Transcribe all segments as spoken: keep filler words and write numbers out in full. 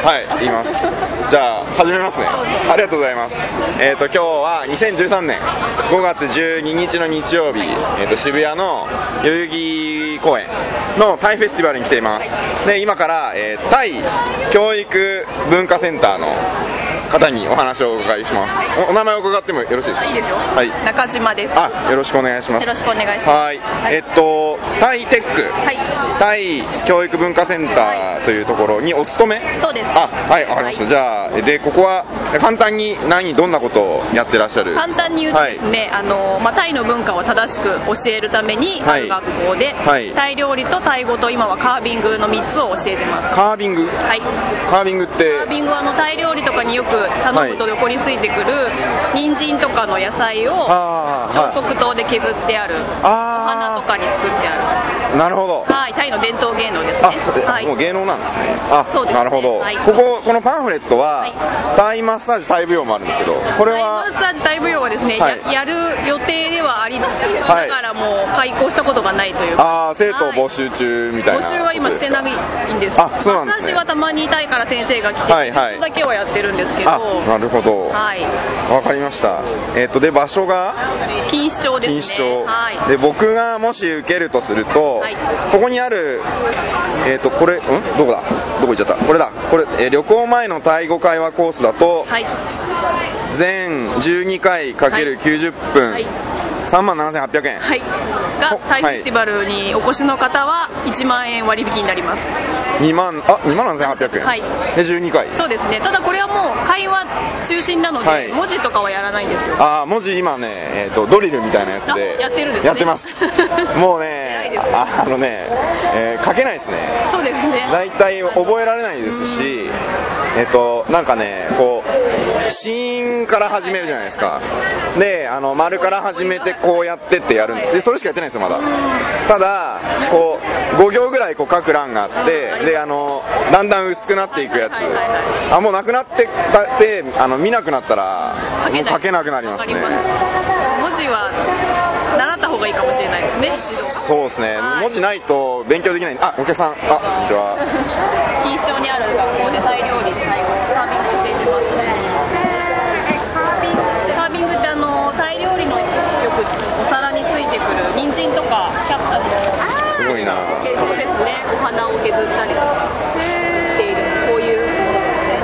はい、言います。じゃあ始めますね。ありがとうございます。えっと今日はにせんじゅうさんねんごがつじゅうににちの日曜日、えっと渋谷の代々木公園のタイフェスティバルに来ています。で今から、えー、タイ教育文化センターの方にお話をお伺いします。お, お名前を伺ってもよろしいですか？ いいですよ。 はい。 中島です。 あ、よろしくお願いします。 よろしくお願いします。 はい。はい、えっとタイテック、はい、タイ教育文化センターというところにお勤め？ そうです。 あ、はい、わかりました。はい、じゃあでここは簡単に何どんなことをやってらっしゃる？ 簡単に言うとですね、はい、あのまあタイの文化を正しく教えるためにある学校で、はい、タイ料理とタイ語と今はカービングのみっつを教えてます。 カービング？ はい。 カービングってカービングはあのタイ料理とかによく頼むと横についてくる人参とかの野菜を彫刻刀で削ってある、お花とかに作ってある。 なるほど。 はい、タイの伝統芸能ですね。 はい、もう芸能なんですね。あ、 そうですね。 なるほど。はい、こここのパンフレットは、はい、タイマッサージタイ舞踊もあるんですけど、これはタイマッサージタイ舞踊はですね、はい、や, やる予定ではありながらも開講したことがないというか、 ああ、生徒募集中みたいな、 はい、募集は今してないんです。 あ、そうなんですね。 マッサージはたまにタイから先生が来て、はいはい、ずっとだけはやってるんですけど。 あ、なるほど。 はい。 わかりました。えっとで場所が錦糸町ですね。 錦糸町。 はい。 で僕がもし受けるとすると、はい、ここにあるえっとこれんどこだどこ行っちゃった。これだ。これ、えー、旅行前のタイ語会話コースだと、はい、全じゅうにかいかけるきゅうじゅっぷん、はい、さんまんななせんはっぴゃくえん、 はい、がタイフェスティバルにお越しの方はいちまんえん割引になります。 にまん、あ、にまんななせんはっぴゃくえん、はい、でじゅうにかい。 そうですね。ただこれはもう会話中心なので、はい、文字とかはやらないんですよ。 あ、文字今ね、えーと、ドリルみたいなやつでやってるんですね。 やってます。もうね、あ, あのね、えー、書けないですね。 そうですね。 だいたい覚えられないですし、えっ、ー、となんかね、こう子音から始めるじゃないですか。で、あの丸から始めてこうやってってやるんで、それしかやってないんですよまだ。ただこうご行ぐらいこう書く欄があって、であのだんだん薄くなっていくやつ、あ、もうなくなってたってあの見なくなったらもう書けなくなりますね。 文字は習った方がいいかもしれないですね。 そうですね。文字ないと勉強できない。あ、お客さん、あ、こんにちは。 錦糸町にある学校でタイ料理でタイ語カービング教えてますね。カービングカービングってあのタイ料理のよくお皿についてくる人参とかキャッタのすごいな。 そうですね。お花を削ったりとかしているこういうものですね。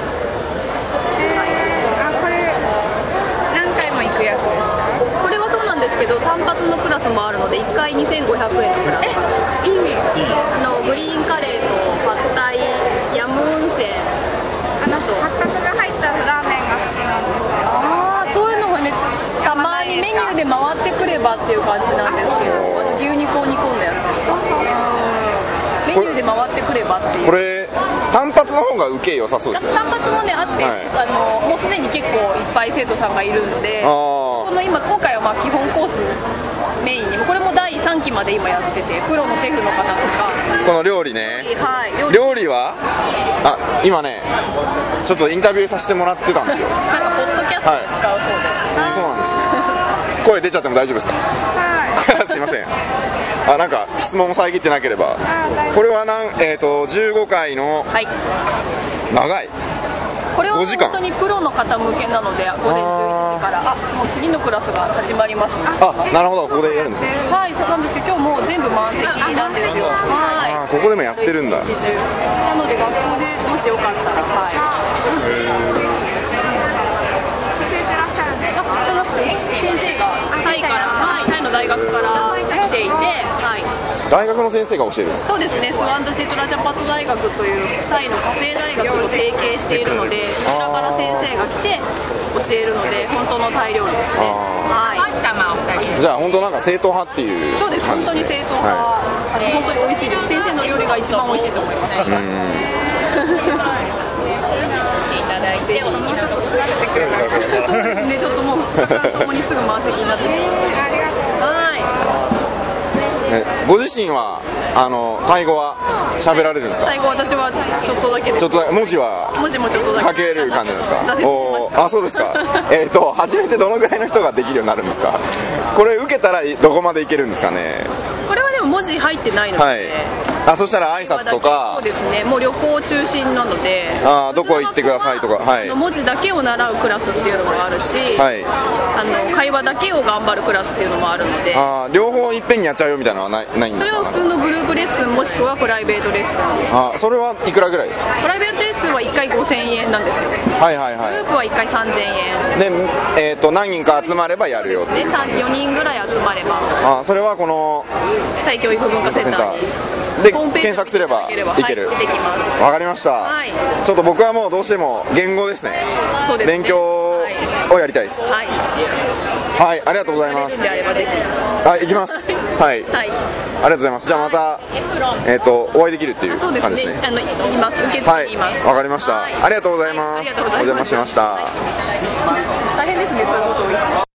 あ、これ何回も行くやつですか？ これはそうなんですけど、単発のクラスもあるのでいっかいにせんごひゃくえんのクラス。 え、いいね。 あのグリーンカレーとパッタイ、ヤムウンセン、 あの八角が入ったラーメンが好きなんですよ。 ああ、そういうのがね、たまにメニューで回ってくればっていう感じなんですけど、あの牛肉を煮込んだやつですか。メニューで回ってくればっていう。 これ単発の方が受け良さそうですよね。 単発もねあって、はい、あのもうすでに結構いっぱい生徒さんがいるので、この今今回はまあ基本コースメインにもこれもだいさんきまで今やってて、プロのシェフの方とか。 この料理ね。 はい。料理、 料理はあ、今ねちょっとインタビューさせてもらってたんですよ。 なんかポッドキャストで使うそうで、 はい、そうなんですね。声出ちゃっても大丈夫ですか？はい。すいません。あ、なんか質問も遮ってなければ。これはなん、えーとじゅうごかいの、はい、長い。 これは本当にプロの方向けなのでごぜんじゅういちじから、あ、もう次のクラスが始まります、ね。 あ、なるほど、ここでやるんですね。 はい、そうなんですけど今日もう全部満席なんですよ。はい。 あ、ここでもやってるんだ。 なので学校でもしよかったら、はい。 教えてらっしゃるんですか？ じゃなくて先生がタイから、はい、タイの大学から来ていて、はい。 大学の先生が教えるんですか？ そうですね。スワンドシトラジャパット大学というタイの家政大学と提携しているので、そちらから先生が来て教えるので本当のタイ料理ですね。はい。 じゃあ本当なんか正統派っていう、ね、 そうです。本当に正統派、はい、あの本当に美味しいです。先生の料理が一番美味しいと思います。うん。いただいて、もうちょっと調べてくれないかな。ね、ちょっともうともにすぐ満席になってしまう。ありがとう。はい。 ご自身はあのタイ語は喋られるんですか？ タイ語私はちょっとだけです。 ちょっとだけ。文字は文字もちょっとだけ書ける感じですか？ 挫折しました。 あ、そうですか。えっと初めてどのぐらいの人ができるようになるんですか？これ受けたらどこまでいけるんですかね？ これはでも文字入ってないので、はい、 あ、そしたら挨拶とか、 そうですね、もう旅行中心なので、 あ、どこ行ってくださいとか、はい、 あの文字だけを習うクラスっていうのもあるし、 はい、 あの会話だけを頑張るクラスっていうのもあるので、 あ、両方いっぺんにやっちゃうよみたいなのはない、ないんですか？ それは普通のグループレッスンもしくはプライベートレッスン。 あ、それはいくらぐらいですか？ プライベートレッスンはいっかいごせんえんなんですよ。 はいはいはい。 グループはいっかいさんぜんえんで、えー、と何人か集まればやるよっていう。 で、よにんぐらい集まれば、 あ、それはこのタイ教育文化センターにで検索すればいける、 はい、出てきます。 わかりました、 はい、 ちょっと僕はもうどうしても言語ですね。 そうですね、 勉強をやりたいです。 はい、 はい、ありがとうございます。 であればぜひ。 はい、行きます。はい、はい、ありがとうございます。じゃあまた、えー、とお会いできるっていう感じですね。 そうですね、あのいます、受付にいます。 はい、わかりました、はい、ありがとうございます。 はい、ありがとうございます。 お邪魔しました。 大変ですね、そういうことを言って。